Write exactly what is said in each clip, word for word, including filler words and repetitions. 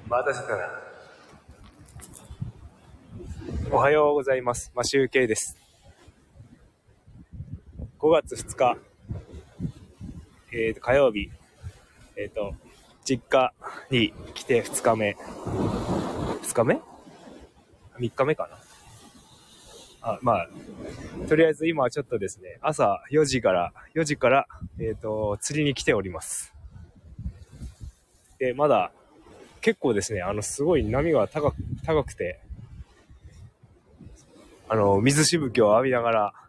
待たせたな。おはようございます。マシュウケイです。ごがつふつか、えーと、火曜日、えーと、実家に来てふつかめ。ふつかめ ?みっ 日目かな。あ、まあ、とりあえず今はちょっとですね、朝よじから、よじから、えーと、釣りに来ております。で、まだ、結構ですね、あの、すごい波が高く、高くて、あの、水しぶきを浴びながら、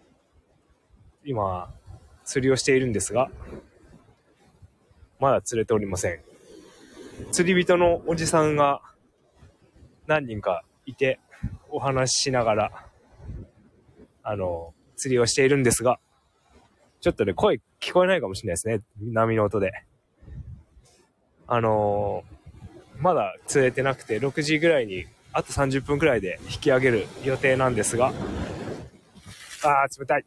今、釣りをしているんですが、まだ釣れておりません。釣り人のおじさんが何人かいて、お話ししながら、あの、釣りをしているんですが、ちょっとね、声聞こえないかもしれないですね。波の音で。あのー、まだ釣れてなくて、ろくじぐらいに、あとさんじゅっぷんくらいで引き上げる予定なんですが、あー、冷たい。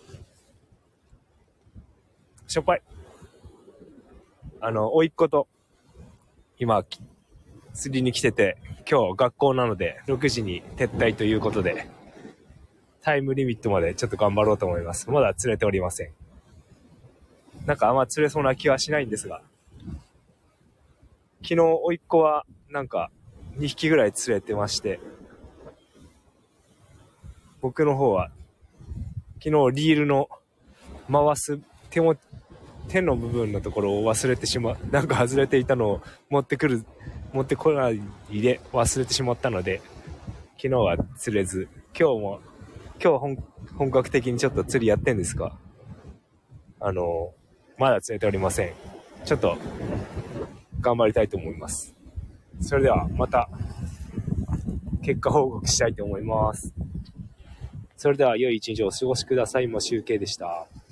しょっぱい。あの、甥っ子と、今、釣りに来てて、今日学校なので、ろくじに撤退ということで、タイムリミットまでちょっと頑張ろうと思います。まだ釣れておりません。なんかあんま釣れそうな気はしないんですが、昨日、甥っ子は、なんか、にひきぐらい釣れてまして、僕の方は、昨日リールの回す手も、手の部分のところを忘れてしまう、なんか外れていたのを持ってくる、持ってこないで忘れてしまったので、昨日は釣れず、今日も、今日本、本格的にちょっと釣りやってんですが、あの、まだ釣れておりません。ちょっと、頑張りたいと思います。それではまた結果報告したいと思います。それでは良い一日をお過ごしください。マシュウケイでした。